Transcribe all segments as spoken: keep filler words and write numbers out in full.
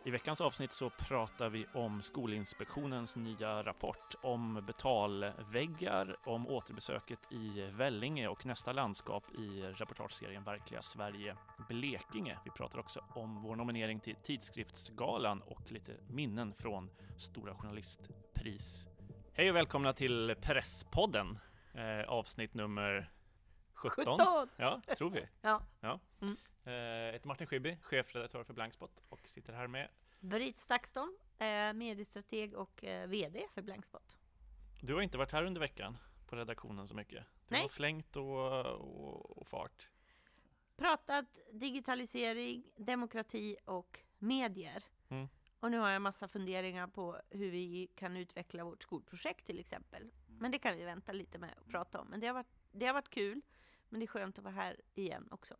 I veckans avsnitt så pratar vi om Skolinspektionens nya rapport, om betalväggar, om återbesöket i Vellinge och nästa landskap i reportageserien Verkliga Sverige, Blekinge. Vi pratar också om vår nominering till Tidskriftsgalan och lite minnen från Stora Journalistpris. Hej och välkomna till Presspodden, eh, avsnitt nummer sjutton. sjutton! Ja, tror vi. Ja. Ja. Mm. Jag heter Martin Schibbye, chefredaktör för Blankspot och sitter här med Britt Stakston, eh, mediestrateg och eh, vd för Blankspot. Du har inte varit här under veckan på redaktionen så mycket. Det Nej. var flängt och, och, och fart. Pratat digitalisering, demokrati och medier. Mm. Och nu har jag massa funderingar på hur vi kan utveckla vårt skolprojekt till exempel. Men det kan vi vänta lite med att prata om. Men det har varit, det har varit kul, men det är skönt att vara här igen också.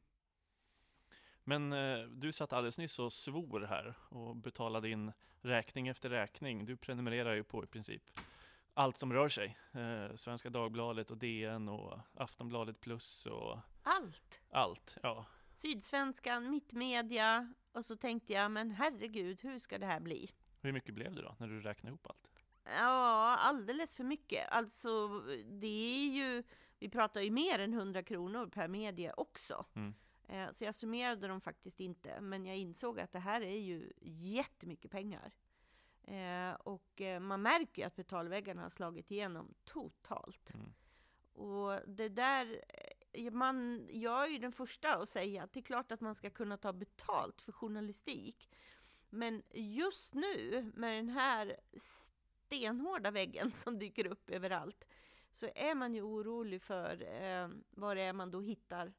Men eh, du satt alldeles nyss och svor här och betalade in räkning efter räkning. Du prenumererar ju på i princip allt som rör sig. Eh, Svenska Dagbladet och D N och Aftonbladet Plus och Allt! allt. Ja. Sydsvenskan, Mittmedia. Och så tänkte jag, men herregud, hur ska det här bli? Hur mycket blev det då när du räknade ihop allt? Ja, alldeles för mycket. Alltså, det är ju... Vi pratar ju mer än hundra kronor per medie också. Mm. Så jag summerade dem faktiskt inte, men jag insåg att det här är ju jättemycket pengar. Eh, och man märker ju att betalväggarna har slagit igenom totalt. Mm. Och det där, man, jag är ju den första att säga att det är klart att man ska kunna ta betalt för journalistik. Men just nu med den här stenhårda väggen som dyker upp överallt så är man ju orolig för eh, vad det är man då hittar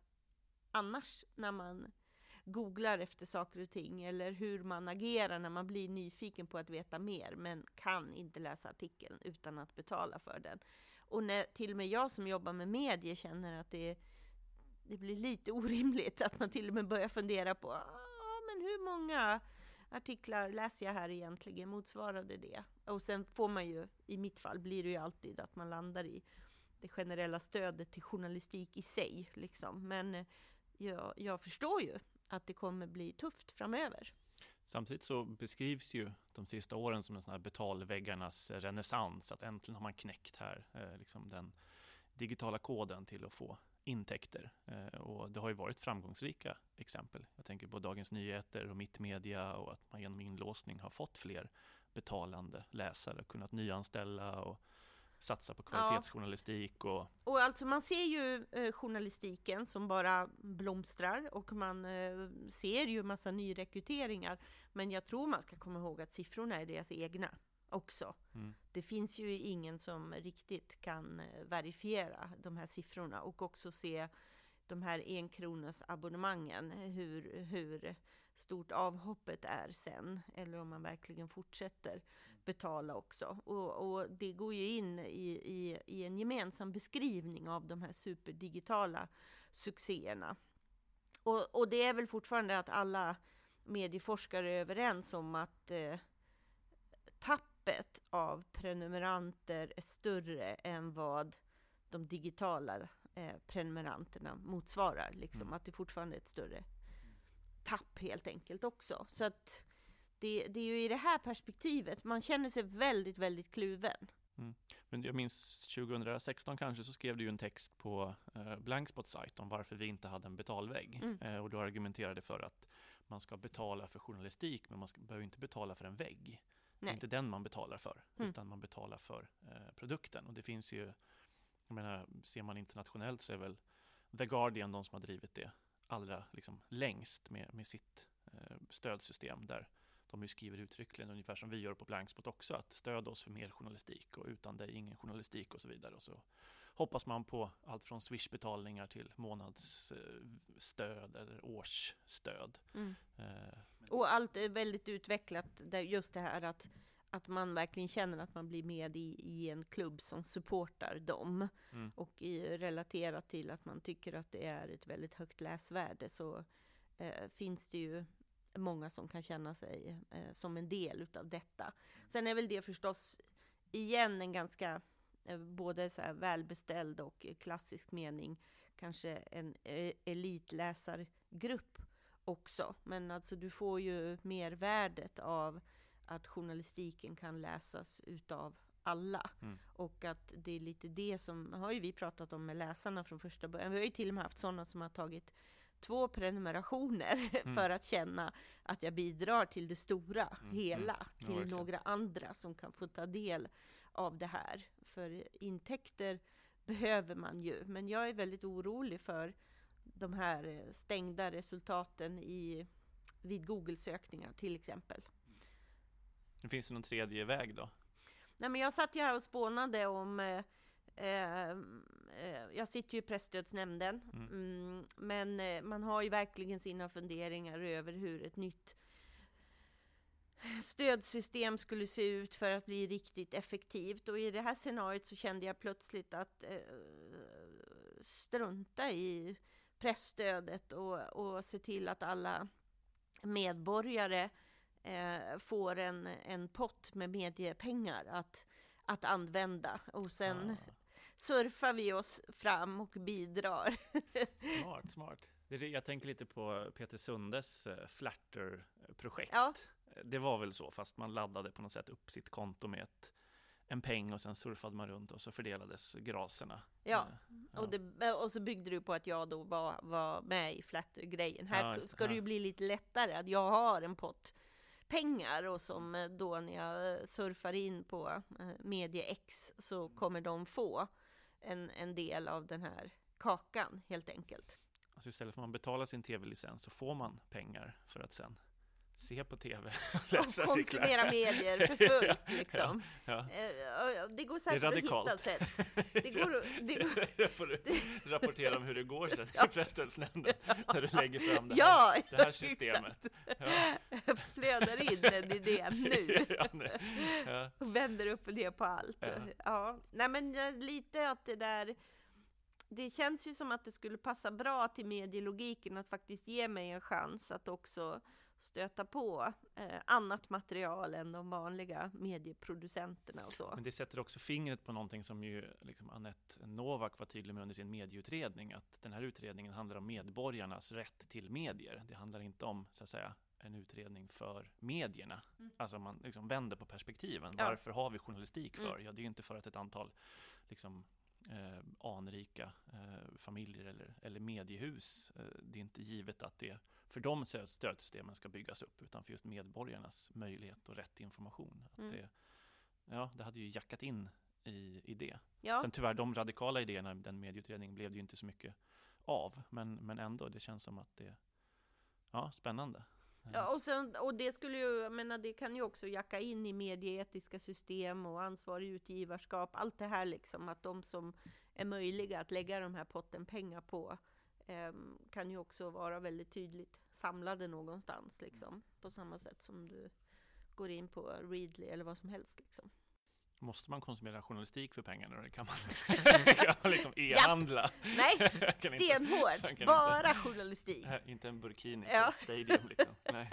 annars när man googlar efter saker och ting eller hur man agerar när man blir nyfiken på att veta mer men kan inte läsa artikeln utan att betala för den. Och när till och med jag som jobbar med medier känner att det, det blir lite orimligt att man till och med börjar fundera på ah, men hur många artiklar läser jag här egentligen, motsvarade det? Och sen får man ju, i mitt fall blir det ju alltid att man landar i det generella stödet till journalistik i sig liksom. Men jag, jag förstår ju att det kommer bli tufft framöver. Samtidigt så beskrivs ju de sista åren som en sån här betalväggarnas renässans, att äntligen har man knäckt här eh, liksom den digitala koden till att få intäkter. Eh, och det har ju varit framgångsrika exempel. Jag tänker på Dagens Nyheter och Mittmedia och att man genom inlåsning har fått fler betalande läsare, kunnat nyanställa och satsa på kvalitetsjournalistik. Och... och alltså man ser ju eh, journalistiken som bara blomstrar och man eh, ser ju massa nyrekryteringar. Men jag tror man ska komma ihåg att siffrorna är deras egna också. Mm. Det finns ju ingen som riktigt kan eh, verifiera de här siffrorna och också se de här enkronas abonnemangen, hur, hur stort avhoppet är sen, eller om man verkligen fortsätter betala också. Och, och det går ju in i, i, i en gemensam beskrivning av de här superdigitala succéerna. Och, och det är väl fortfarande att alla medieforskare är överens om att eh, tappet av prenumeranter är större än vad de digitala eh, prenumeranterna motsvarar. Liksom, mm. Att det fortfarande är ett större tapp helt enkelt också. Så att det, det är ju i det här perspektivet man känner sig väldigt, väldigt kluven. Mm. Men jag minns tjugohundrasexton kanske så skrev du ju en text på eh, Blankspot sajt om varför vi inte hade en betalvägg. Mm. Eh, och du argumenterade för att man ska betala för journalistik men man ska, behöver inte betala för en vägg. Nej. Det är inte den man betalar för mm. utan man betalar för eh, produkten. Och det finns ju, jag menar, ser man internationellt så är väl The Guardian de som har drivit det allra liksom, längst med, med sitt eh, stödsystem där de ju skriver uttryckligen ungefär som vi gör på Blankspot också, att stöd oss för mer journalistik och utan dig ingen journalistik och så vidare. Och så hoppas man på allt från Swish-betalningar till månadsstöd eller årsstöd. Mm. Eh, och allt är väldigt utvecklat, just det här att, att man verkligen känner att man blir med i, i en klubb som supportar dem. Mm. Och i, relaterat till att man tycker att det är ett väldigt högt läsvärde så eh, finns det ju många som kan känna sig eh, som en del utav detta. Sen är väl det förstås igen en ganska eh, både så här välbeställd och klassisk mening, kanske en eh, elitläsargrupp också. Men alltså du får ju mervärdet av att journalistiken kan läsas utav alla. Mm. Och att det är lite det som, har ju vi pratat om med läsarna från första början. Vi har ju till och med haft sådana som har tagit två prenumerationer Mm. för att känna att jag bidrar till det stora, Mm. hela, Mm. Ja, till verkligen. några andra som kan få ta del av det här. För intäkter behöver man ju, men jag är väldigt orolig för de här stängda resultaten i, vid Google-sökningar till exempel. Det finns det någon tredje väg då? Nej, men jag satt ju här och spånade om eh, eh, jag sitter ju i presstödsnämnden, Mm. mm, men eh, man har ju verkligen sina funderingar över hur ett nytt stödsystem skulle se ut för att bli riktigt effektivt. Och i det här scenariot så kände jag plötsligt att eh, strunta i pressstödet och, och se till att alla medborgare eh, får en, en pott med mediepengar att, att använda. Och sen Ah. surfar vi oss fram och bidrar. Smart, smart. Det är, det- jag tänker lite på Peter Sundes eh, Flatter-projekt. Ja. Det var väl så, fast man laddade på något sätt upp sitt konto med ett, en peng och sen surfade man runt och så fördelades graserna. Ja. Eh, Och, det, och så byggde du på att jag då var, var med i Flatter-grejen. Här Ja, just det. ska det ju Ja. bli lite lättare att jag har en pott pengar och som eh, då när jag surfar in på eh, MedieX så kommer de få en, en del av den här kakan helt enkelt. Alltså istället för att man betalar sin tv-licens så får man pengar för att sen se på tv och läsa Och artiklar. konsumera medier för fullt liksom. Ja. Eh, Det går Det är säkert att hitta radikalt. sätt. Det går, det går, Jag får du rapportera om hur det går sen i presstödsnämnden när du lägger fram det här, ja, det här systemet. Ja. exakt. Flödar in den idén nu. Ja, nej. Ja. Och vänder upp och ner på allt. Ja. Ja. Nej, men eh, lite att det där, det känns ju som att det skulle passa bra till medielogiken att faktiskt ge mig en chans att också stöta på eh, annat material än de vanliga medieproducenterna och så. Men det sätter också fingret på någonting som ju liksom Anette Novak var tydlig med under sin medieutredning, att den här utredningen handlar om medborgarnas rätt till medier. Det handlar inte om, så att säga, en utredning för medierna. Mm. Alltså man liksom vänder på perspektiven. Ja. Varför har vi journalistik för? Mm. Ja, det är ju inte för att ett antal liksom eh, anrika eh, familjer eller, eller mediehus, eh, det är inte givet att det för de stöd- stödsystemen ska byggas upp, utan för just medborgarnas möjlighet och rätt till information. Att Mm. det, ja, det hade ju jackat in i, i det. Ja. Sen tyvärr, de radikala idéerna i den medieutredningen blev det ju inte så mycket av. Men, men ändå, det känns som att det ja, spännande. Ja, och, sen, och det skulle ju, jag menar, det kan ju också jacka in i medieetiska system och ansvarig utgivarskap, allt det här liksom, att de som är möjliga att lägga de här potten pengar på eh, kan ju också vara väldigt tydligt samlade någonstans liksom, på samma sätt som du går in på Readly eller vad som helst liksom. Måste man konsumera journalistik för pengarna? Eller kan man, kan man liksom e-handla? Nej, Kan inte- stenhårt, kan bara inte- journalistik. Nej, inte en burkini Ja. på ett stadium liksom. Nej.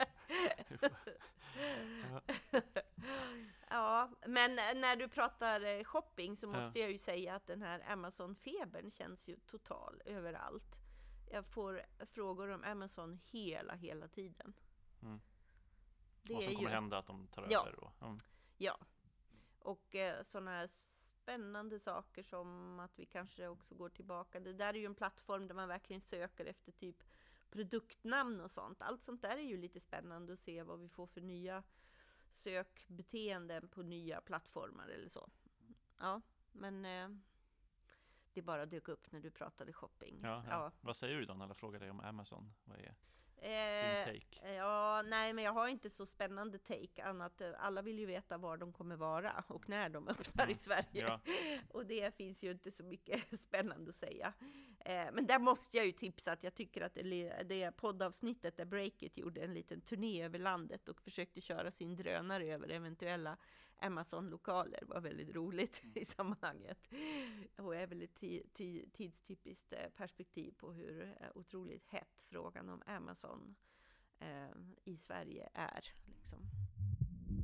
Ja. Ja, men när du pratar eh, shopping så måste Ja. jag ju säga att den här Amazon-febern känns ju total överallt. Jag får frågor om Amazon hela, hela tiden. Mm. Det Vad som är kommer ju, hända att de tar Ja. över. Och, mm. ja. Och eh, sådana här spännande saker som att vi kanske också går tillbaka. Det där är ju en plattform där man verkligen söker efter typ produktnamn och sånt. Allt sånt där är ju lite spännande att se vad vi får för nya sökbeteenden på nya plattformar eller så. Ja, men eh, det bara dök upp när du pratade shopping. Ja, ja. Vad säger du då när alla frågar dig om Amazon? Vad är Eh, din take? ja, nej, men jag har inte så spännande take annat. eh, Alla vill ju veta var de kommer vara och när de öppnar Mm, i Sverige. ja. Och det finns ju inte så mycket spännande att säga. Eh, men där måste jag ju tipsa att jag tycker att det, det poddavsnittet där Breakit gjorde en liten turné över landet och försökte köra sin drönare över eventuella Amazon-lokaler var väldigt roligt i sammanhanget. Och är väl ett ti- ti- tidstypiskt eh, perspektiv på hur eh, otroligt hett frågan om Amazon eh, i Sverige är. Liksom.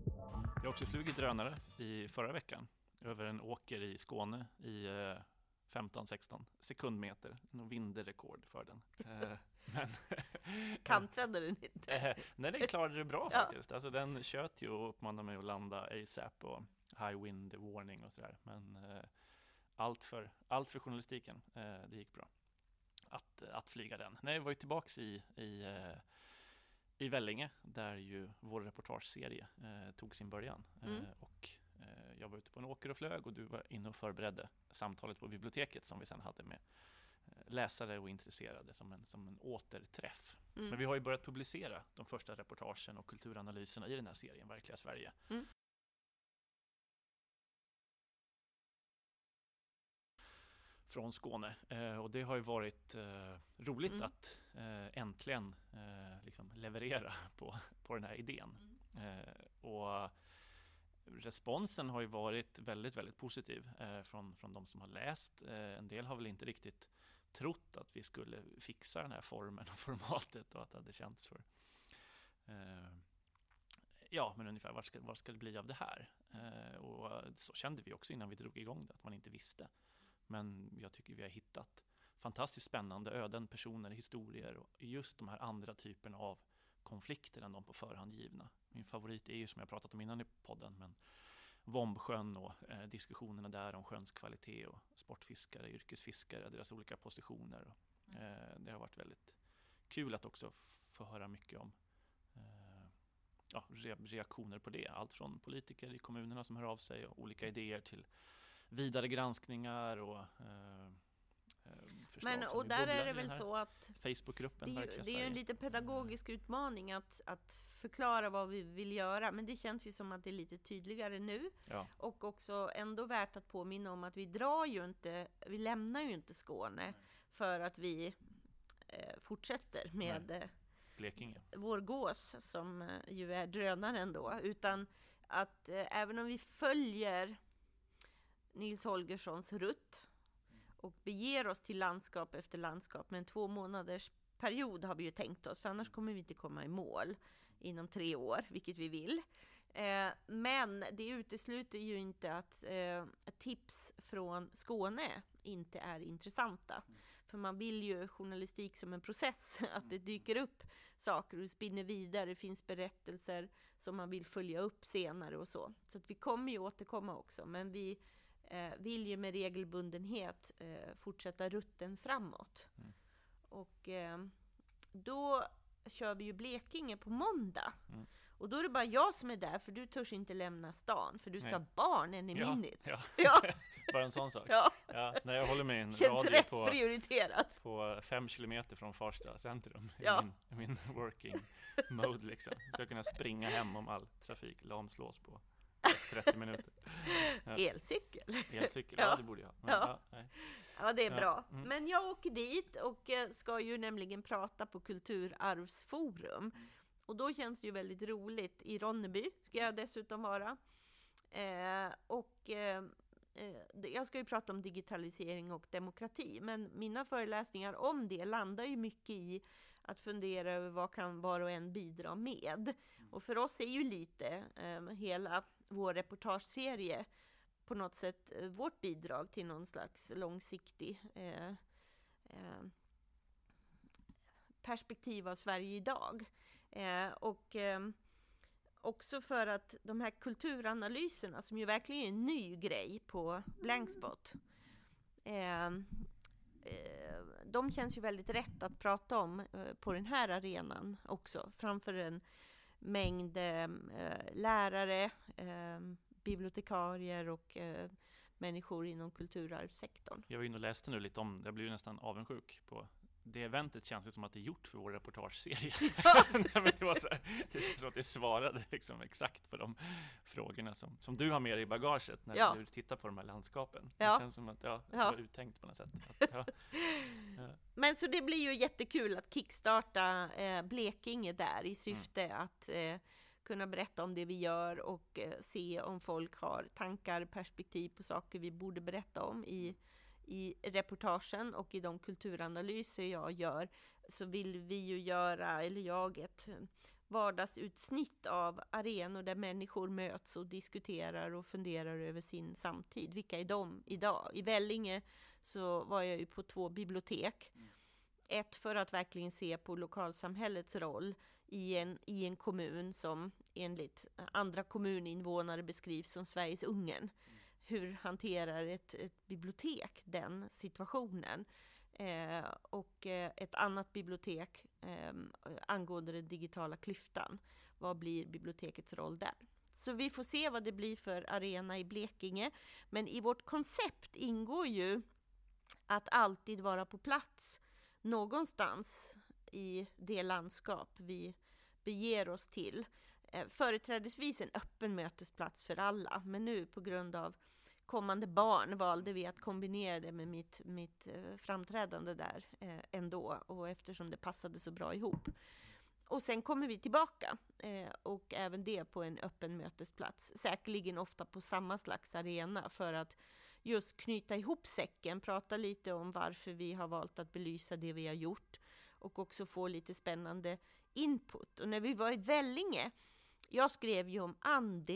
Jag har också flugit drönare i förra veckan över en åker i Skåne i eh, femton sexton sekundmeter. Nog vinderrekord för den. Eh, men Kantrade den inte? Eh, nej, den klarade det bra Ja. faktiskt. Alltså, den tjöt ju och uppmanade mig att landa ASAP och high wind warning och sådär. Men eh, allt, för, allt för journalistiken, eh, det gick bra att, att flyga den. Nej, jag var ju tillbaka i, i, eh, i Vellinge där ju vår reportageserie eh, tog sin början. Mm. Eh, och eh, jag var ute på en åker och flög och du var inne och förberedde samtalet på biblioteket som vi sedan hade med läsare och intresserade som en, som en återträff. Mm. Men vi har ju börjat publicera de första reportagen och kulturanalyserna i den här serien, Verkliga Sverige. Mm. Från Skåne. Eh, och det har ju varit eh, roligt Mm. att eh, äntligen eh, liksom leverera på, på den här idén. Mm. Eh, och responsen har ju varit väldigt, väldigt positiv eh, från, från de som har läst. Eh, en del har väl inte riktigt trott att vi skulle fixa den här formen och formatet och att det hade känts för. Eh, ja, men ungefär vad ska, vad ska det bli av det här? Eh, och så kände vi också innan vi drog igång det, att man inte visste. Men jag tycker vi har hittat fantastiskt spännande öden, personer, historier och just de här andra typerna av konflikter än de på förhand givna. Min favorit är ju, som jag pratat om innan i podden, men Vombsjön och eh, diskussionerna där om sjöns kvalitet och sportfiskare, yrkesfiskare, deras olika positioner. Och, eh, det har varit väldigt kul att också f- få höra mycket om eh, ja, re- reaktioner på det. Allt från politiker i kommunerna som hör av sig och olika idéer till vidare granskningar och eh, förslag Men, som och vi där bubblar är i det den väl här så att Facebookgruppen det är, ju, Verkliga det är ju en Sverige. liten pedagogisk utmaning att, att förklara vad vi vill göra, men det känns ju som att det är lite tydligare nu. Ja. Och också ändå värt att påminna om att vi drar ju inte, vi lämnar ju inte Skåne för att vi eh, fortsätter med eh, Blekinge. vår gås som eh, ju är drönaren då, utan att eh, även om vi följer Nils Holgerssons rutt och beger oss till landskap efter landskap med en två månaders period har vi ju tänkt oss, för annars kommer vi inte komma i mål inom tre år, vilket vi vill. Eh, men det utesluter ju inte att eh, tips från Skåne inte är intressanta. För man vill ju journalistik som en process, att det dyker upp saker och spinner vidare, det finns berättelser som man vill följa upp senare och så. Så att vi kommer ju återkomma också, men vi eh, vill ju med regelbundenhet eh, fortsätta rutten framåt. Mm. Och eh, då kör vi ju Blekinge på måndag. Mm. Och då är det bara jag som är där, för du törs inte lämna stan, för du ska Nej. ha barnen i Ja, minnet. ja. Ja, Bara en sån sak. ja. Ja, när jag håller med en Känns radio rätt på, prioriterat. på fem kilometer från Farsta centrum i Ja. min, i min working mode liksom. Så jag kunna springa hem om all trafik lamslås på trettio minuter. Ja. Elcykel. Elcykel, Ja. ja det borde jag. Men, Ja. ja, nej. Ja, det är Ja, bra. mm. Men jag åker dit och eh, ska ju nämligen prata på Kulturarvsforum. Och då känns det ju väldigt roligt. I Ronneby ska jag dessutom vara. Eh, och eh, eh, jag ska ju prata om digitalisering och demokrati. Men mina föreläsningar om det landar ju mycket i att fundera över vad kan var och en bidra med. Och för oss är ju lite eh, hela vår reportageserie på något sätt eh, vårt bidrag till någon slags långsiktig eh, eh, perspektiv av Sverige idag. Eh, och eh, också för att de här kulturanalyserna, som ju verkligen är en ny grej på Blankspot, eh, eh, de känns ju väldigt rätt att prata om eh, på den här arenan också, framför en mängd eh, lärare, eh, bibliotekarier och eh, människor inom kulturarvssektorn. Jag var inne och läste nu lite om, jag blev ju nästan avundsjuk på det eventet. Känns det som att det är gjort för vår reportageserie. Nej, men det, var så här, det känns som att det svarade liksom exakt på de frågorna som, som du har med dig i bagaget när Ja. du tittar på de här landskapen. Ja. Det känns som att ja, det Ja. var uttänkt på något sätt. Att, ja. Ja. Men så det blir ju jättekul att kickstarta eh, Blekinge där i syfte mm. att eh, kunna berätta om det vi gör och eh, se om folk har tankar, perspektiv på saker vi borde berätta om i, i reportagen och i de kulturanalyser jag gör. Så vill vi ju göra, eller jag, ett vardagsutsnitt av arenor där människor möts och diskuterar och funderar över sin samtid. Vilka är de idag? I Vellinge så var jag ju på två bibliotek. Mm. Ett för att verkligen se på lokalsamhällets roll i en, i en kommun som enligt andra kommuninvånare beskrivs som Sveriges Ungern. Mm. Hur hanterar ett, ett bibliotek den situationen? Eh, och eh, ett annat bibliotek eh, angående den digitala klyftan. Vad blir bibliotekets roll där? Så vi får se vad det blir för arena i Blekinge. Men i vårt koncept ingår ju att alltid vara på plats någonstans i det landskap vi beger oss till. Eh, företrädesvis en öppen mötesplats för alla, men nu på grund av kommande barn valde vi att kombinera det med mitt, mitt eh, framträdande där eh, ändå, och eftersom det passade så bra ihop. Och sen kommer vi tillbaka eh, och även det på en öppen mötesplats, säkerligen ofta på samma slags arena, för att just knyta ihop säcken, prata lite om varför vi har valt att belysa det vi har gjort och också få lite spännande input. Och när vi var i Vellinge, jag skrev ju om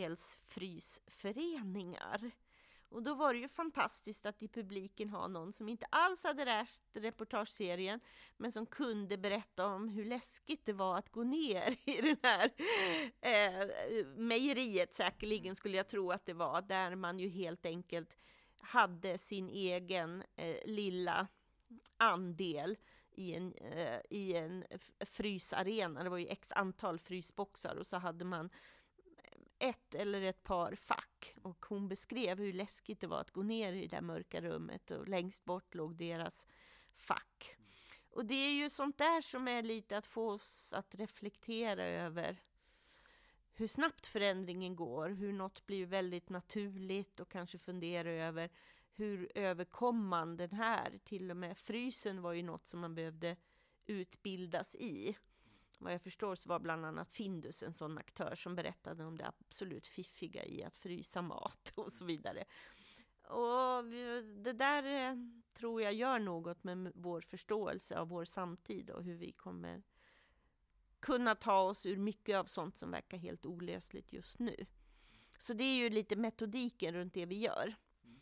andelsfrysföreningar. Och då var det ju fantastiskt att i publiken ha någon som inte alls hade läst reportageserien, men som kunde berätta om hur läskigt det var att gå ner i den här eh, mejeriet, säkerligen skulle jag tro att det var, där man ju helt enkelt hade sin egen eh, lilla andel i en, eh, i en frysarena. Det var ju x antal frysboxar och så hade man ett eller ett par fack, och hon beskrev hur läskigt det var att gå ner i det där mörka rummet, och längst bort låg deras fack. Och det är ju sånt där som är lite att få oss att reflektera över hur snabbt förändringen går, hur något blir väldigt naturligt, och kanske fundera över hur överkom man den här. Till och med frysen var ju något som man behövde utbildas i. Vad jag förstår så var bland annat Findus en sån aktör som berättade om det absolut fiffiga i att frysa mat och så vidare. Och det där tror jag gör något med vår förståelse av vår samtid och hur vi kommer kunna ta oss ur mycket av sånt som verkar helt olösligt just nu. Så det är ju lite metodiken runt det vi gör.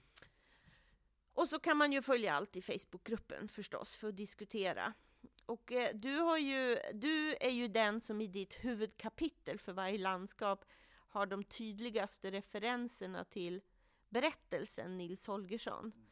Och så kan man ju följa allt i Facebookgruppen förstås för att diskutera. Och eh, du, har ju, du är ju den som i ditt huvudkapitel för varje landskap har de tydligaste referenserna till berättelsen Nils Holgersson. Mm.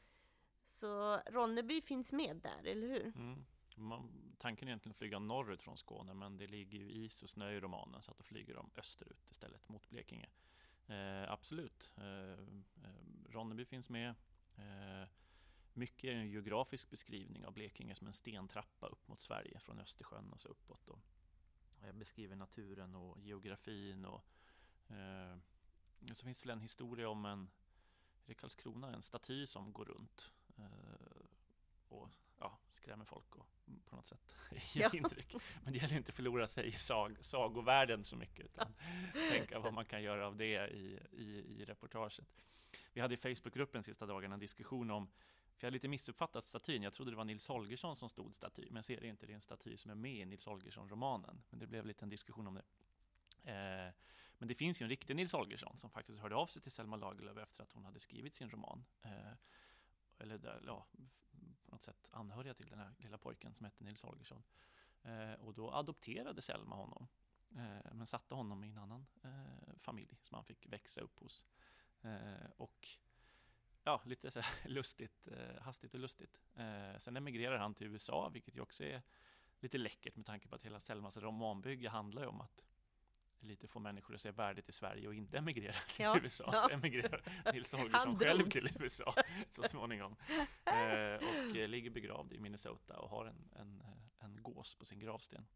Så Ronneby finns med där, eller hur? Mm. Man, tanken är egentligen att flyga norrut från Skåne, men det ligger ju is och snö i romanen, så att då flyger de österut istället mot Blekinge. Eh, absolut. Eh, eh, Ronneby finns med. Eh, Mycket är en geografisk beskrivning av Blekinge som en stentrappa upp mot Sverige från Östersjön och så uppåt. Och jag beskriver naturen och geografin. Och, eh, så finns det väl en historia om en, i Karlskrona, en staty som går runt eh, och ja, skrämmer folk och på något sätt ger ja. intryck. Men det gäller inte att förlora sig i sag, sagovärlden så mycket, utan tänka vad man kan göra av det i, i, i reportaget. Vi hade i Facebookgruppen sista dagen en diskussion om, för jag har lite missuppfattat statyn. Jag trodde det var Nils Holgersson som stod staty, men ser det inte, det är en staty som är med i Nils Holgersson-romanen. Men det blev lite en diskussion om det. Eh, men det finns ju en riktig Nils Holgersson som faktiskt hörde av sig till Selma Lagerlöf efter att hon hade skrivit sin roman. Eh, eller där, ja, på något sätt anhöriga till den här lilla pojken som hette Nils Holgersson. Eh, och då adopterade Selma honom, eh, men satte honom i en annan eh, familj som han fick växa upp hos. Eh, och ja, lite så här lustigt, eh, hastigt och lustigt. Eh, sen emigrerar han till U S A, vilket ju också är lite läckert med tanke på att hela Selmas romanbygge handlar ju om att lite få människor att se värdet i Sverige och inte emigrera till ja, U S A. Ja. Så emigrerar Nils Holgersson själv till U S A så småningom. Eh, och eh, ligger begravd i Minnesota och har en, en, en gås på sin gravsten.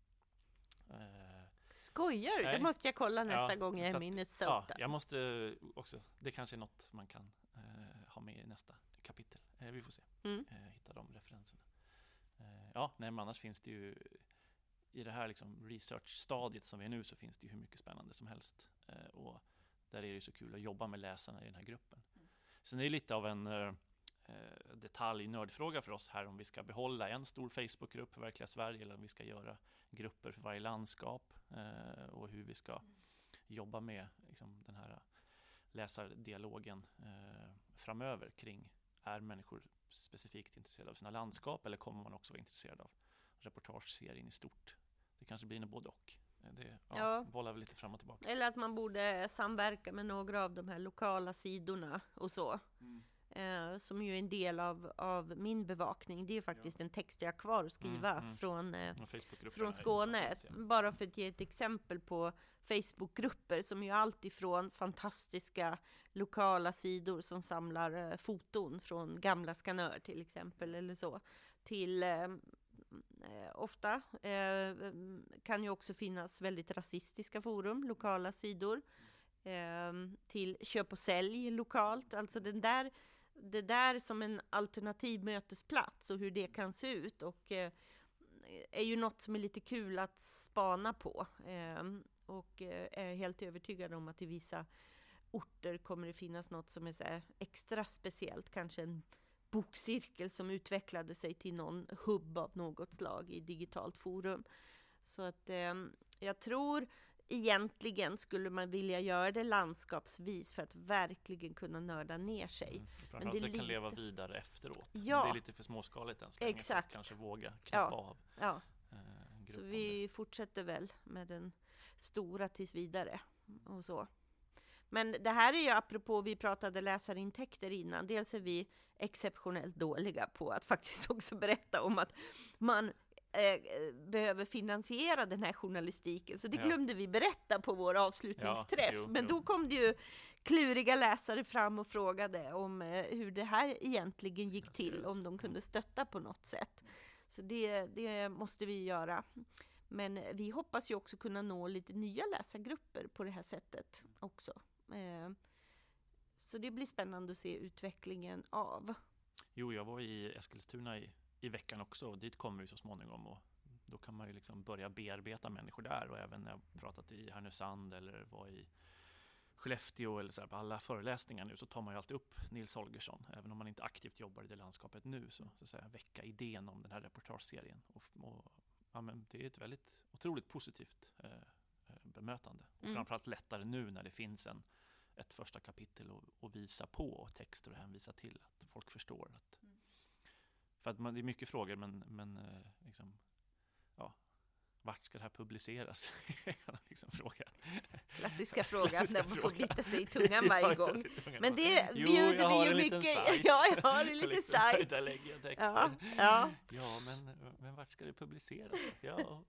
Eh, Skojar du? Det måste jag kolla nästa ja, gång jag är i Minnesota. Ja, jag måste också, det kanske är något man kan eh, ha med i nästa kapitel. Eh, vi får se. Mm. Eh, hitta de referenserna. Eh, ja, nej, men annars finns det ju i det här liksom research-stadiet som vi är nu, så finns det ju hur mycket spännande som helst. Eh, och där är det så kul att jobba med läsarna i den här gruppen. Mm. Sen är det lite av en eh, detalj-nördfråga för oss här om vi ska behålla en stor Facebookgrupp för Verkliga Sverige eller om vi ska göra grupper för varje landskap. eh, och hur vi ska jobba med liksom, den här läsardialogen eh, framöver kring, är människor specifikt intresserade av sina landskap eller kommer man också vara intresserad av reportageserien i stort? Det kanske blir en både och. Det ja, Ja. bollar väl lite fram och tillbaka. Eller att man borde samverka med några av de här lokala sidorna och så. Mm. Eh, som ju är en del av, av min bevakning. Det är faktiskt ja. en text jag har kvar att skriva mm, mm. från, eh, från Skåne. Bara för att ge ett exempel på Facebookgrupper som ju alltifrån fantastiska lokala sidor som samlar eh, foton från gamla Skanör till exempel eller så. Till eh, eh, ofta eh, kan ju också finnas väldigt rasistiska forum, lokala sidor. Eh, till köp och sälj lokalt. Alltså den där det där som en alternativ mötesplats och hur det kan se ut och eh, är ju något som är lite kul att spana på eh, och eh, är helt övertygad om att i vissa orter kommer det finnas något som är så här extra speciellt, kanske en bokcirkel som utvecklade sig till någon hubb av något slag i digitalt forum. Så att eh, jag tror egentligen skulle man vilja göra det landskapsvis för att verkligen kunna nörda ner sig. Mm. Men det, det kan lite... leva vidare efteråt. Ja. Det är lite för småskaligt än så länge för att kanske våga klippa ja. av. Ja. Eh, så vi fortsätter väl med den stora tills vidare och så. Men det här är ju apropå, vi pratade läsarintäkter innan. Dels är vi exceptionellt dåliga på att faktiskt också berätta om att man Eh, behöver finansiera den här journalistiken. Så det glömde ja. vi berätta på vår avslutningsträff. Ja, jo, Men jo. då kom det ju kluriga läsare fram och frågade om eh, hur det här egentligen gick till. Om de kunde stötta på något sätt. Så det, det måste vi göra. Men vi hoppas ju också kunna nå lite nya läsargrupper på det här sättet också. Eh, så det blir spännande att se utvecklingen av. Jo, jag var i Eskilstuna i i veckan också, och dit kommer vi så småningom och då kan man ju liksom börja bearbeta människor där, och även när jag pratat i Härnösand eller var i Skellefteå eller så här, på alla föreläsningar nu så tar man ju alltid upp Nils Holgersson, även om man inte aktivt jobbar i det landskapet nu, så, så att säga, väcka idén om den här reportageserien och, och ja, men det är ett väldigt otroligt positivt eh, bemötande och mm. framförallt lättare nu när det finns en, ett första kapitel att visa på och texter att hänvisa till, att folk förstår att mm. För att man, det är mycket frågor, men, men eh, liksom, ja, vart ska det här publiceras? liksom fråga. Klassiska frågan när man får bita sig i tungan varje gång. Men det bjuder vi ju mycket. Ja, jag har en liten sajt. Där lägger jag texter. Ja, ja. ja men, men vart ska det publiceras? Ja,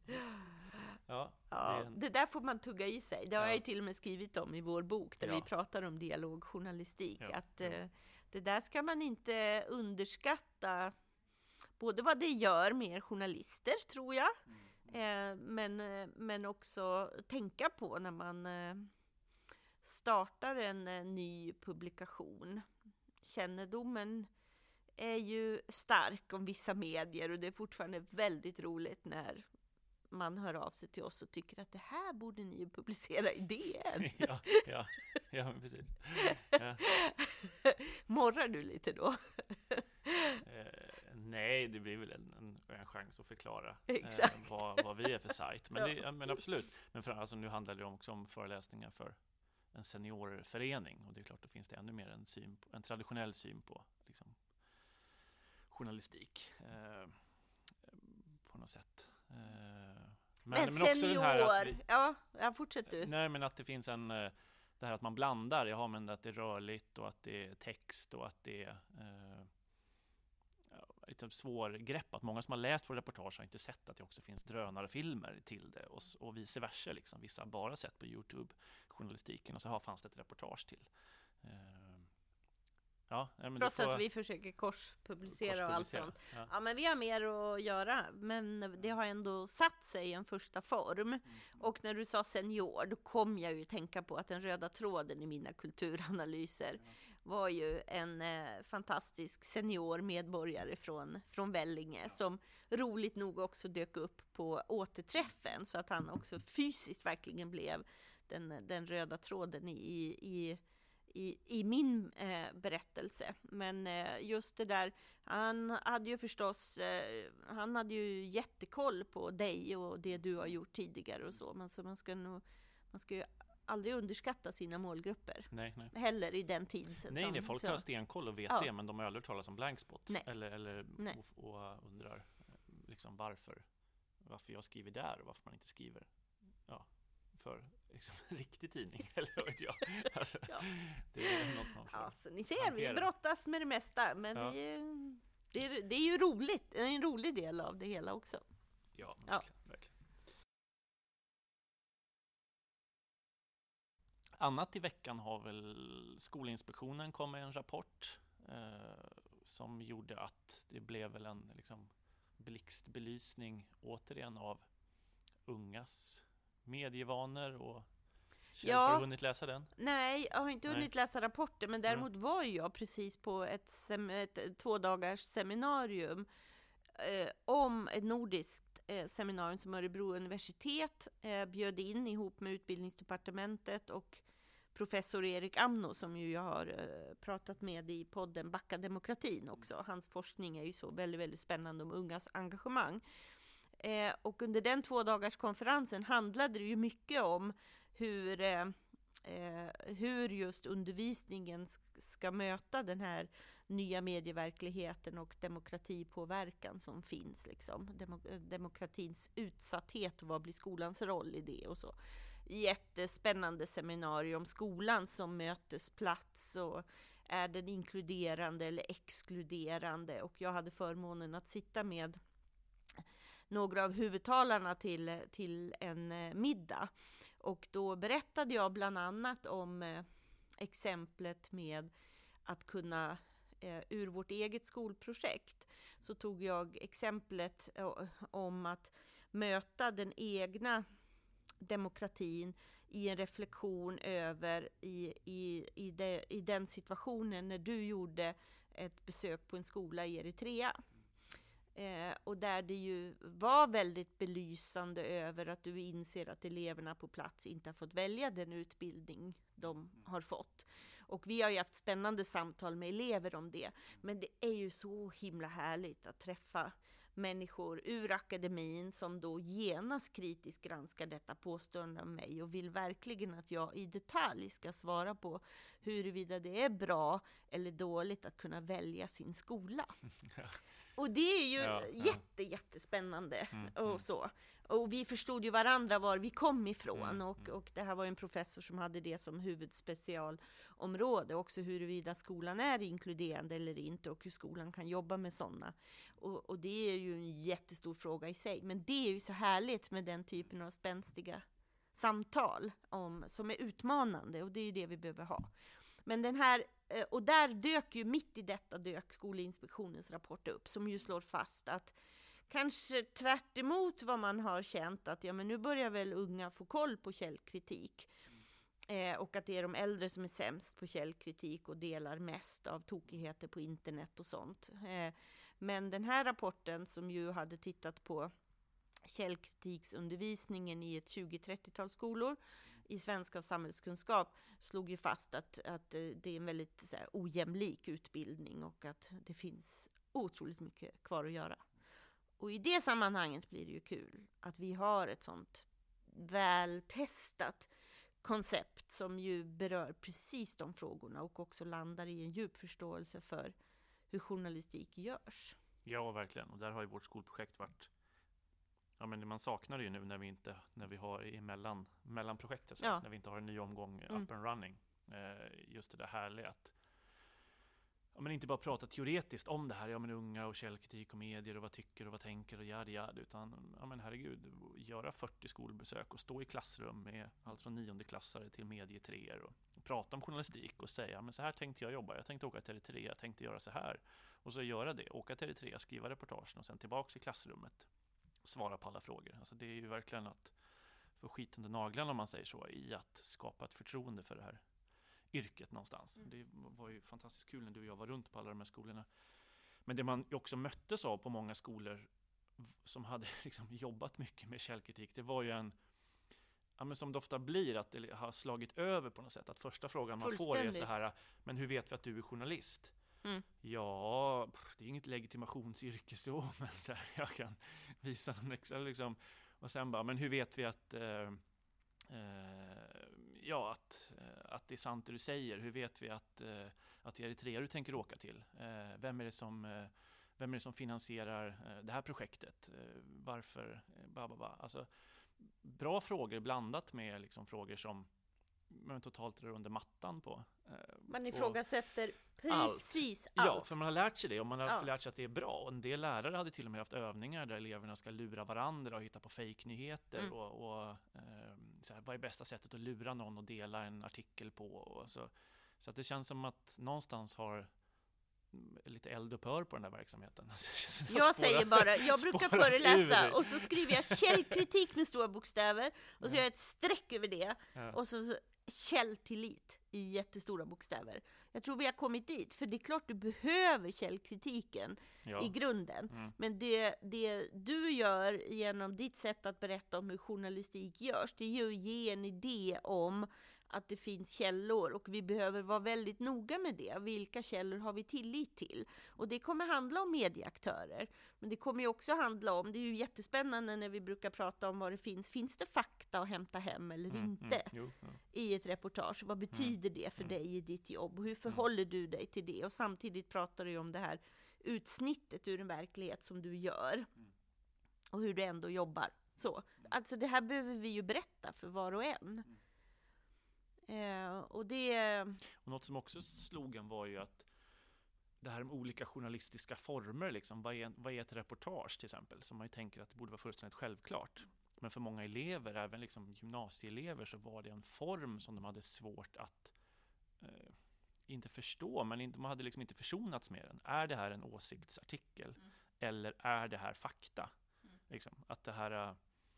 ja, ja det, en... det där får man tugga i sig. Det har ja. jag ju till och med skrivit om i vår bok där ja. vi pratar om dialogjournalistik. Ja. Att eh, det där ska man inte underskatta. Både vad det gör med journalister, tror jag, mm. eh, men, men också tänka på när man eh, startar en eh, ny publikation. Kännedomen är ju stark om vissa medier, och det är fortfarande väldigt roligt när man hör av sig till oss och tycker att det här borde ni ju publicera i D N. ja, ja, ja, precis. Ja. Morrar du lite då? eh, nej, det blir väl en, en, en chans att förklara eh, vad, vad vi är för sajt. Men, det, men absolut. Men för, alltså, nu handlar det också om föreläsningar för en seniorförening. Och det är klart, då finns det ännu mer en, syn på, en traditionell syn på liksom, journalistik eh, på något sätt. Eh, Men, men, men senior, också här vi, ja, jag fortsätter du. Nej, men att det finns en, det här att man blandar, ja, men att det är rörligt och att det är text och att det är eh, lite svårgreppat. Många som har läst vår reportage har inte sett att det också finns drönarfilmer till det och, och vice versa. Liksom. Vissa har bara sett på YouTube-journalistiken och så har fanns det ett reportage till. Eh, Ja, men Trots får... att vi försöker korspublicera och allt sånt. Ja. ja, men vi har mer att göra. Men det har ändå satt sig i en första form. Mm. Och när du sa senior, då kom jag ju tänka på att den röda tråden i mina kulturanalyser ja. var ju en eh, fantastisk senior medborgare från, från Vellinge. Ja. Som roligt nog också dök upp på återträffen. Så att han också fysiskt verkligen blev den, den röda tråden i... i i, i min eh, berättelse. Men eh, just det där, han hade ju förstås, eh, han hade ju jättekoll på dig och det du har gjort tidigare och så. Men så man ska nog, man ska ju aldrig underskatta sina målgrupper. Nej, nej. Heller i den tiden. Nej, som, nej, folk så. har stenkoll och vet Ja. det, men de har aldrig talat om Blankspot. Nej. Eller, eller Nej. Och, och undrar liksom varför, varför jag skriver där och varför man inte skriver ja, för liksom, en riktig tidning. Eller vad vet jag. Alltså, Ja. det är något man får Ja, så ni ser, hantera. vi brottas med det mesta, men Ja. vi, det, är, det är ju roligt. Det är en rolig del av det hela också. Ja, Ja. verkligen, verkligen. Annat i veckan har väl Skolinspektionen kom med en rapport eh, som gjorde att det blev väl en liksom, blixtbelysning återigen av ungas medievanor och Kjell, Ja. har du hunnit läsa den? Nej, jag har inte Nej. hunnit läsa rapporten, men däremot var ju jag precis på ett, sem- ett två dagars seminarium eh, om ett nordiskt eh, seminarium som Örebro universitet eh, bjöd in ihop med Utbildningsdepartementet och professor Erik Amno, som ju jag har eh, pratat med i podden Backa demokratin också. Hans forskning är ju så väldigt, väldigt spännande om ungas engagemang. Eh, och under den två dagars konferensen handlade det ju mycket om hur, eh, eh, hur just undervisningen sk- ska möta den här nya medieverkligheten och demokratipåverkan som finns. Liksom. Demo- demokratins utsatthet och vad blir skolans roll i det och så. Jättespännande seminarium om skolan som mötesplats och är den inkluderande eller exkluderande, och jag hade förmånen att sitta med några av huvudtalarna till, till en eh, middag, och då berättade jag bland annat om eh, exemplet med att kunna eh, ur vårt eget skolprojekt så tog jag exemplet eh, om att möta den egna demokratin i en reflektion över i, i, i, de, i den situationen när du gjorde ett besök på en skola i Eritrea. Eh, och där det ju var väldigt belysande över att du inser att eleverna på plats inte har fått välja den utbildning de har fått. Och vi har ju haft spännande samtal med elever om det. Men det är ju så himla härligt att träffa människor ur akademin som då genast kritiskt granskar detta påstående om mig och vill verkligen att jag i detalj ska svara på huruvida det är bra eller dåligt att kunna välja sin skola. Ja. Och det är ju Ja, ja. jätte, jättespännande Mm, och mm. så. Och vi förstod ju varandra var vi kom ifrån. Mm, och, mm. och det här var ju en professor som hade det som huvudspecialområde. Också huruvida skolan är inkluderande eller inte och hur skolan kan jobba med sådana. Och, och det är ju en jättestor fråga i sig. Men det är ju så härligt med den typen av spänstiga samtal om, som är utmanande, och det är ju det vi behöver ha. Men den här, och där dök ju mitt i detta dök Skolinspektionens rapport upp, som ju slår fast att kanske tvärt emot vad man har känt, att ja, men nu börjar väl unga få koll på källkritik. Eh, och att det är de äldre som är sämst på källkritik och delar mest av tokigheter på internet och sånt. Eh, men den här rapporten, som ju hade tittat på källkritiksundervisningen i ett tjugo-trettiotal skolor i svenska och samhällskunskap, slog ju fast att, att det är en väldigt så här, ojämlik utbildning och att det finns otroligt mycket kvar att göra. Och i det sammanhanget blir det ju kul att vi har ett sånt vältestat koncept som ju berör precis de frågorna och också landar i en djup förståelse för hur journalistik görs. Ja, verkligen. Och där har ju vårt skolprojekt varit, ja, men man saknar det ju nu när vi inte, när vi har emellan, mellan projektet, så, Ja. när vi inte har en ny omgång Mm. up and running. Eh, just det där härliga att, ja, men inte bara prata teoretiskt om det här, ja, men unga och källkritik och medier och vad tycker och vad tänker och yada yada, utan ja, men herregud, göra fyrtio skolbesök och stå i klassrum med allt från niondeklassare till medietreor och, och prata om journalistik och säga, men så här tänkte jag jobba, jag tänkte åka till Eritrea, jag tänkte göra så här, och så göra det, åka till Eritrea, skriva reportagen och sen tillbaks i klassrummet, svara på alla frågor. Alltså det är ju verkligen att få skit under naglarna, om man säger så, i att skapa ett förtroende för det här yrket någonstans. Mm. Det var ju fantastiskt kul när du och jag var runt på alla de här skolorna. Men det man också möttes av på många skolor som hade liksom jobbat mycket med källkritik, det var ju en, ja, men som det ofta blir, att det har slagit över på något sätt. Att första frågan man får är så här, men hur vet vi att du är journalist? Mm. Ja, det är inget legitimationsyrke så, men så här, jag kan visa en exempel liksom. Och sen bara, men hur vet vi att eh, eh, ja, att, att det är sant det du säger? Hur vet vi att, eh, att det är Eritrea du tänker åka till? Eh, vem är det som eh, vem är det som finansierar eh, det här projektet? Eh, varför? Eh, ba, ba, ba. Alltså, bra frågor blandat med liksom frågor som man totalt rör under mattan på. Eh, man ifrågasätter precis allt. allt. Ja, för man har lärt sig det och man har ja. lärt sig att det är bra. Och en del lärare hade till och med haft övningar där eleverna ska lura varandra och hitta på fake-nyheter mm. och, och eh, så här, vad är bästa sättet att lura någon och dela en artikel på. Och så så att det känns som att någonstans har lite eldupphör på den där verksamheten. Jag spåra, säger bara, jag brukar föreläsa ur. Och så skriver jag källkritik med stora bokstäver och så ja. gör jag ett streck över det ja. och så, så källtillit i jättestora bokstäver. Jag tror vi har kommit dit, för det är klart du behöver källkritiken ja. i grunden. Mm. Men det, det du gör genom ditt sätt att berätta om hur journalistik görs, det är ju att ge en idé om att det finns källor och vi behöver vara väldigt noga med det. Vilka källor har vi tillit till? Och det kommer handla om medieaktörer. Men det kommer ju också handla om, det är ju jättespännande när vi brukar prata om vad det finns. Finns det fakta att hämta hem eller mm, inte mm, jo, ja. i ett reportage? Vad betyder mm, det för mm. dig i ditt jobb? Och hur förhåller mm. du dig till det? Och samtidigt pratar du om det här utsnittet ur en verklighet som du gör. Mm. Och hur du ändå jobbar. Så. Alltså det här behöver vi ju berätta för var och en. Mm. Eh, och, det... och något som också slog en var ju att det här med olika journalistiska former, liksom, vad, är, vad är ett reportage till exempel, som man ju tänker att det borde vara fullständigt självklart. Men för många elever, även liksom gymnasieelever, så var det en form som de hade svårt att eh, inte förstå, men inte, de hade liksom inte försonats med den. Är det här en åsiktsartikel mm. eller är det här fakta? Mm. Liksom, att det här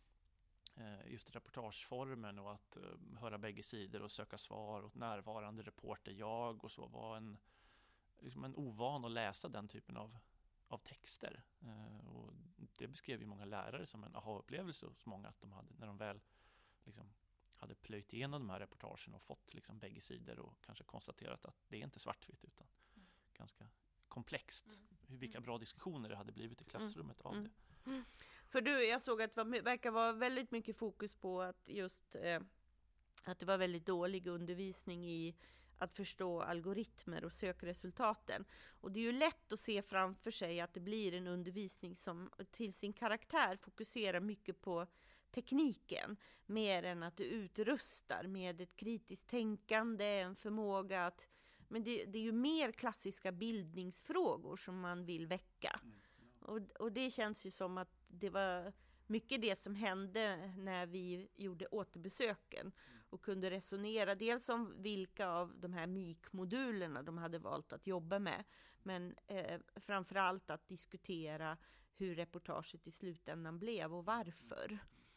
just reportageformen och att uh, höra bägge sidor och söka svar åt närvarande reporter jag och så var en, liksom en ovan att läsa den typen av, av texter. Uh, och det beskrev ju många lärare som en aha-upplevelse hos många, att de hade, när de väl liksom hade plöjt igenom de här reportagen och fått liksom bägge sidor och kanske konstaterat att det är inte svartvitt utan mm. ganska komplext. Mm. Hur, vilka bra diskussioner det hade blivit i klassrummet mm. av mm. det. Mm. För du, jag såg att det var, verkar vara väldigt mycket fokus på att just eh, att det var väldigt dålig undervisning i att förstå algoritmer och sökresultaten. Och det är ju lätt att se framför sig att det blir en undervisning som till sin karaktär fokuserar mycket på tekniken, mer än att det utrustar med ett kritiskt tänkande, en förmåga att... Men det, det är ju mer klassiska bildningsfrågor som man vill väcka. Mm. Och, och det känns ju som att det var mycket det som hände när vi gjorde återbesöken och kunde resonera dels om vilka av de här M I K-modulerna de hade valt att jobba med, men eh, framförallt att diskutera hur reportaget i slutändan blev och varför.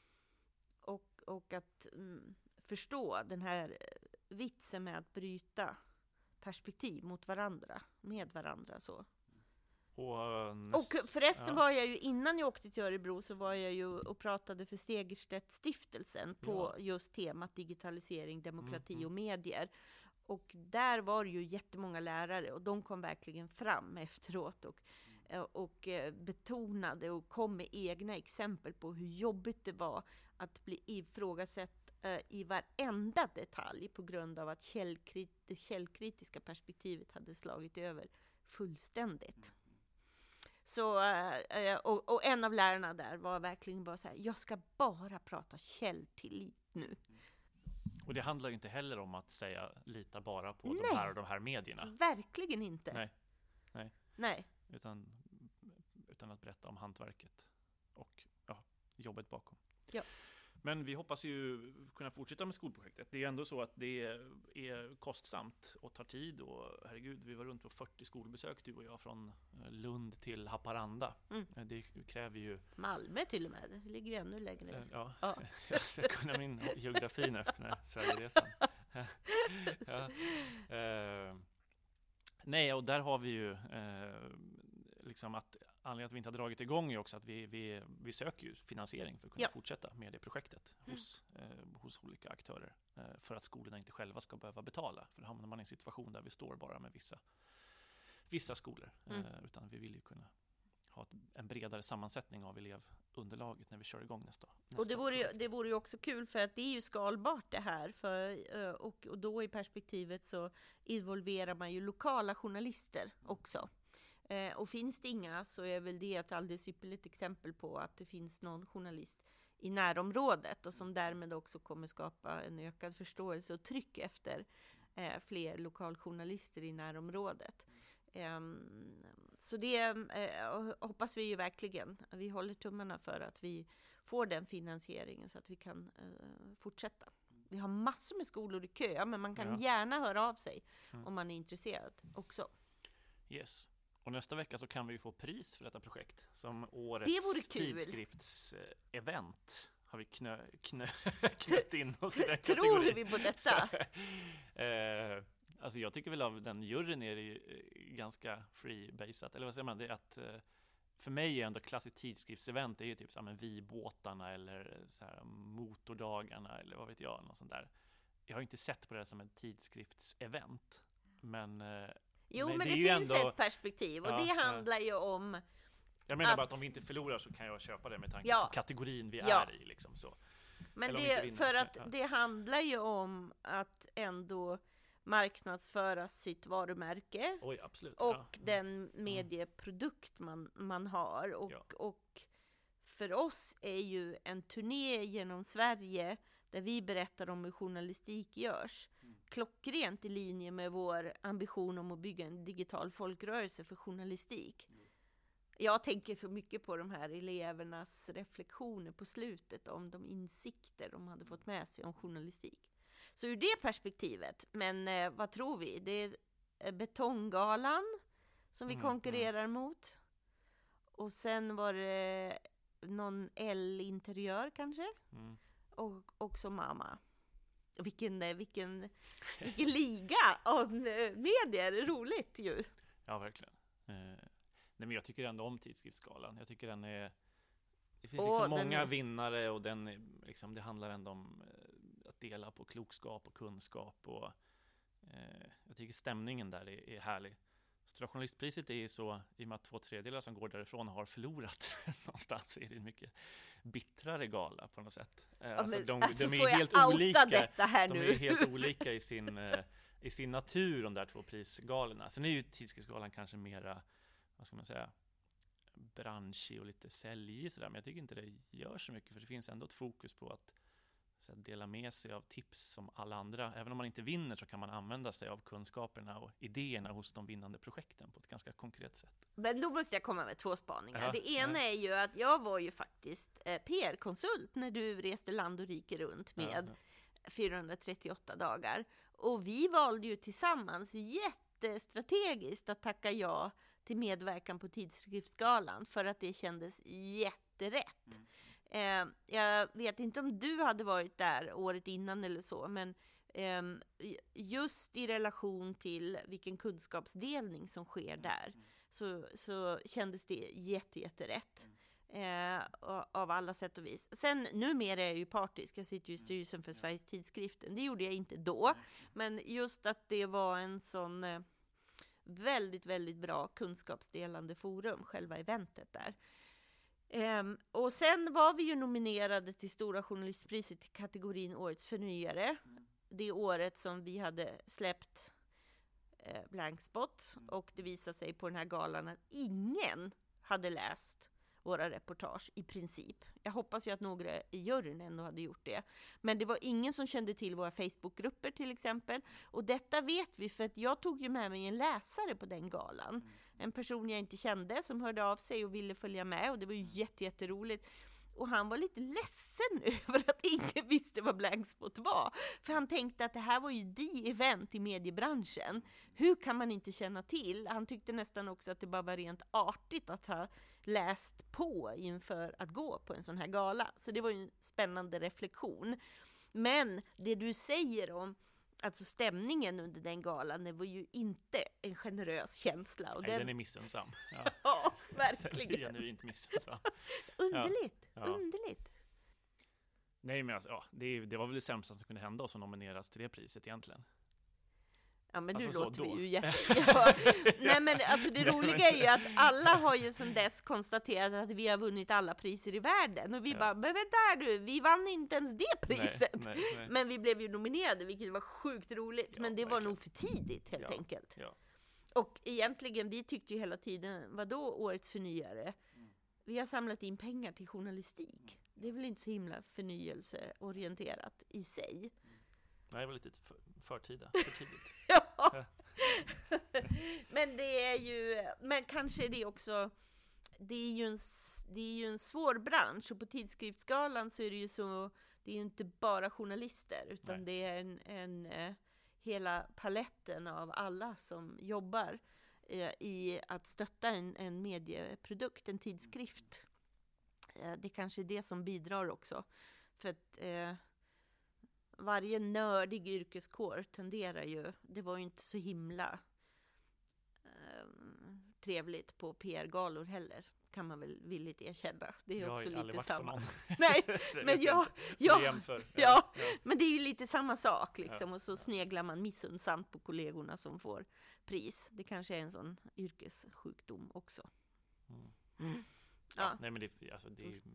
Och, och att mm, förstå den här vitsen med att bryta perspektiv mot varandra, med varandra så. Och, näst, och förresten ja. var jag ju, innan jag åkte till Örebro så var jag ju och pratade för Segerstedt-stiftelsen på ja. just temat digitalisering, demokrati mm, och medier. Och där var det ju jättemånga lärare och de kom verkligen fram efteråt och, mm. och betonade och kom med egna exempel på hur jobbigt det var att bli ifrågasatt i varenda detalj på grund av att källkrit- det källkritiska perspektivet hade slagit över fullständigt. Mm. Så, och, och en av lärarna där var verkligen bara så här, jag ska bara prata källtillit nu. Och det handlar ju inte heller om att säga lita bara på Nej. de här och de här medierna. Verkligen inte. Nej. Nej. Nej. Utan, utan att berätta om hantverket och ja, jobbet bakom. Ja. Men vi hoppas ju kunna fortsätta med skolprojektet. Det är ändå så att det är kostsamt och tar tid. Och herregud, vi var runt på fyrtio skolbesök, du och jag, från Lund till Haparanda. Mm. Det kräver ju... Malmö till och med, det ligger ju ännu längre. Ja, ja. Jag ska kunna min geografin efter den här Sverigeresan. ja. eh, nej, och där har vi ju eh, liksom att anledningen att vi inte har dragit igång är också att vi, vi, vi söker ju finansiering för att kunna Ja. fortsätta med det projektet hos, mm. eh, hos olika aktörer. Eh, för att skolorna inte själva ska behöva betala. För då hamnar man i en situation där vi står bara med vissa, vissa skolor. Mm. Eh, utan vi vill ju kunna ha ett, en bredare sammansättning av elevunderlaget när vi kör igång nästa, nästa Och det vore, ju, det vore ju också kul för att det är ju skalbart det här. För, och, och då i perspektivet så involverar man ju lokala journalister också. Eh, och finns det inga så är väl det ett alldeles ypperligt exempel på att det finns någon journalist i närområdet och som därmed också kommer skapa en ökad förståelse och tryck efter eh, fler lokaljournalister i närområdet. Eh, så det eh, hoppas vi ju verkligen. Vi håller tummarna för att vi får den finansieringen så att vi kan eh, fortsätta. Vi har massor med skolor i kö, men man kan ja. gärna höra av sig mm. om man är intresserad också. Yes. Och nästa vecka så kan vi ju få pris för detta projekt som årets tidskriftsevent har vi knö, knö, knött in oss i den kategorin. Tror vi på detta? eh, alltså jag tycker väl av den juryn är det ju ganska free-basat. Eller vad säger man? Det är att eh, för mig är ändå klassiskt tidskriftsevent det är ju typ så här med vi-båtarna eller så här motordagarna eller vad vet jag, något sånt där. Jag har inte sett på det som en tidskriftsevent, men eh, Jo, men, men det, det finns ändå ett perspektiv och ja, det handlar ja. ju om Jag menar att... bara att om vi inte förlorar så kan jag köpa det med tanke ja. på kategorin vi ja. är i liksom så. Men det, för att ja. det handlar ju om att ändå marknadsföra sitt varumärke. Oj, absolut. Och ja. den medieprodukt man, man har och, ja. och för oss är ju en turné genom Sverige där vi berättar om hur journalistik görs. Mm. Klockrent i linje med vår ambition om att bygga en digital folkrörelse för journalistik. Mm. Jag tänker så mycket på de här elevernas reflektioner på slutet om de insikter de hade fått med sig om journalistik. Så ur det perspektivet, men eh, vad tror vi? Det är Betonggalan som vi mm. konkurrerar mm. mot. Och sen var det någon L-interiör kanske. Mm. Och också mamma. Vilken, vilken, vilken liga av medier, roligt ju. Ja, verkligen. Eh, nej, men jag tycker ändå om tidskriftsgalan. Jag tycker den är, det finns liksom oh, många är... vinnare och den är, liksom, det handlar ändå om eh, att dela på klokskap och kunskap och eh, jag tycker stämningen där är, är härlig. Stora journalistpriset är ju så, i och med att två tredjedelar som går därifrån har förlorat någonstans, är det en mycket bittrare gala på något sätt. Ja, alltså, de, alltså, de är helt olika. Detta här de nu? är helt olika i sin, i sin natur, de där två prisgalorna. Sen är ju tidskriftsgalan kanske mera, vad ska man säga, branschig och lite säljig sådär, men jag tycker inte det gör så mycket, för det finns ändå ett fokus på att så att dela med sig av tips som alla andra. Även om man inte vinner så kan man använda sig av kunskaperna och idéerna hos de vinnande projekten på ett ganska konkret sätt. Men då måste jag komma med två spaningar. Ja, det ena ja. är ju att jag var ju faktiskt eh, P R-konsult när du reste land och rike runt med ja, ja. fyrahundratrettioåtta dagar. Och vi valde ju tillsammans jättestrategiskt att tacka ja till medverkan på tidskriftsgalan för att det kändes jätterätt. Mm. Eh, jag vet inte om du hade varit där året innan eller så, men eh, just i relation till vilken kunskapsdelning som sker där mm. så, så kändes det jätte, jätterätt eh, av alla sätt och vis. Sen numera är jag ju partisk, jag sitter ju i styrelsen för Sveriges Tidskriften, det gjorde jag inte då, men just att det var en sån eh, väldigt, väldigt bra kunskapsdelande forum, själva eventet där. Um, och sen var vi ju nominerade till Stora journalistpriset i kategorin Årets förnyare. Mm. Det året som vi hade släppt eh, Blank Spot. Mm. Och det visade sig på den här galan att ingen hade läst våra reportage i princip. Jag hoppas ju att några i juryn ändå hade gjort det. Men det var ingen som kände till våra Facebookgrupper till exempel. Och detta vet vi för att jag tog ju med mig en läsare på den galan. Mm. En person jag inte kände som hörde av sig och ville följa med. Och det var ju jätte, jätteroligt. Och han var lite ledsen över att ingen visste vad Blank Spot var. För han tänkte att det här var ju the event i mediebranschen. Hur kan man inte känna till? Han tyckte nästan också att det bara var rent artigt att ha läst på inför att gå på en sån här gala. Så det var ju en spännande reflektion. Men det du säger om alltså stämningen under den galan, det var ju inte en generös känsla. Och Nej, den... den är missunnsam. Ja. Ja, Verkligen. Genuint miss. Så. Underligt, Ja. underligt. Nej, men alltså, ja, det, det var väl det sämsta som kunde hända oss att nomineras till det priset egentligen. Ja, men nu Alltså, låter så, vi då. ju jätte... Ja. Nej, men alltså det roliga är ju att alla har ju sedan dess konstaterat att vi har vunnit alla priser i världen. Och vi Ja. bara, men vänta här nu, vi vann inte ens det priset. Nej, nej, nej. Men vi blev ju nominerade, vilket var sjukt roligt. Ja, men det var verkligen. nog för tidigt, helt Ja, enkelt. ja. Och egentligen, vi tyckte ju hela tiden, vadå årets förnyare? Vi har samlat in pengar till journalistik. Det är väl inte så himla förnyelseorienterat i sig. Nej, det var lite för, förtida, för tidigt. Ja. Men det är ju, men kanske det är också, det är ju en, s- det är ju en svår bransch, och på Tidskriftsgalan så är det ju så, det är ju inte bara journalister, utan Nej. det är en, en eh, hela paletten av alla som jobbar eh, i att stötta en, en medieprodukt, en tidskrift. Eh, det kanske är det som bidrar också, för att eh, varje nördig yrkeskår tenderar ju, det var ju inte så himla eh, trevligt på P R-galor heller, kan man väl villigt erkänna. Det är Jag har också ju aldrig lite varit på samma. någon. Nej, Så jag men vet jag, inte. ja, Jämför. ja, men det är ju lite samma sak liksom, Ja, och så ja. sneglar man missunnsamt på kollegorna som får pris. Det kanske är en sån yrkessjukdom också. Mm. Mm. Ja, Ja. nej, men det, alltså, det, är,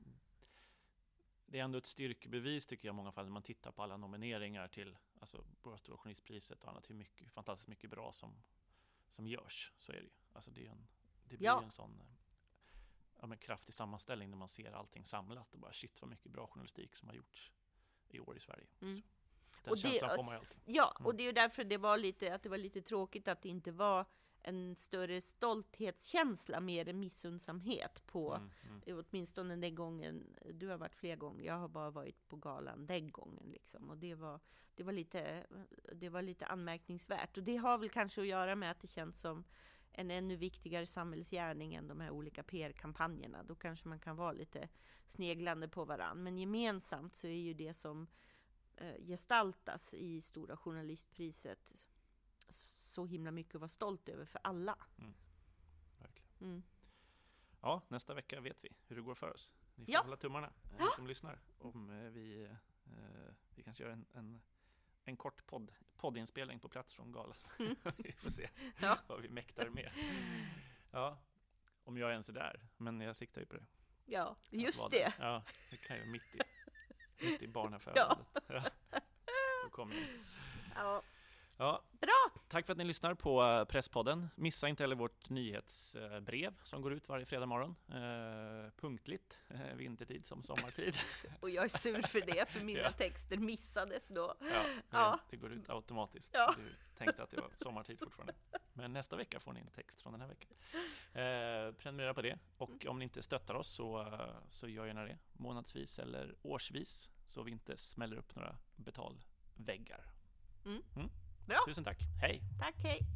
det är ändå ett styrkebevis tycker jag i många fall när man tittar på alla nomineringar till alltså, Våra Stora Journalistpriset och annat, hur mycket, fantastiskt mycket bra som, som görs. Så är det ju. Alltså, det, är en, det blir Ja. ju en sån eh, ja, men kraftig sammanställning när man ser allting samlat och bara shit vad mycket bra journalistik som har gjorts i år i Sverige. Mm. Så, den Och det- känslan får man ju alltid. Ja, och Mm. det är ju därför det var lite, att det var lite tråkigt att det inte var en större stolthetskänsla, mer än missundsamhet på, Mm, mm. åtminstone den gången. Du har varit fler gånger, jag har bara varit på galan den gången liksom, och det var, det var lite, det var lite anmärkningsvärt, och det har väl kanske att göra med att det känns som en ännu viktigare samhällsgärning än de här olika P R-kampanjerna. Då kanske man kan vara lite sneglande på varann, men gemensamt så är ju det som eh, gestaltas i Stora Journalistpriset så himla mycket att vara stolt över för alla. Verkligen. Mm. Ja, nästa vecka vet vi hur det går för oss. Ni får Ja. hålla tummarna, eh, ni som lyssnar, om eh, vi, eh, vi kanske gör en, en, en kort podd, poddinspelning på plats från galan. Mm. Vi får se Ja. vad vi mäktar med. Ja, om jag ens är där, men jag siktar ju på det. Ja, Att just vara det. där. Ja, det kan jag mitt i, mitt i barnafödandet. Ja. Då kommer jag inte. Ja. Ja, Bra! tack för att ni lyssnar på eh, Presspodden. Missa inte heller vårt nyhetsbrev som går ut varje fredag morgon. Eh, punktligt, eh, vintertid som sommartid. Och jag är sur för det, för mina Ja. texter missades då. Ja, det, Ja. det går ut automatiskt. Ja. Du tänkte att det var sommartid fortfarande. Men nästa vecka får ni en text från den här veckan. Eh, prenumerera på det. Och om ni inte stöttar oss så, eh, så gör gärna det. Månadsvis eller årsvis. Så vi inte smäller upp några betalväggar. Mm. Mm. Bra. Tusen tack. Hej! Tack, hej!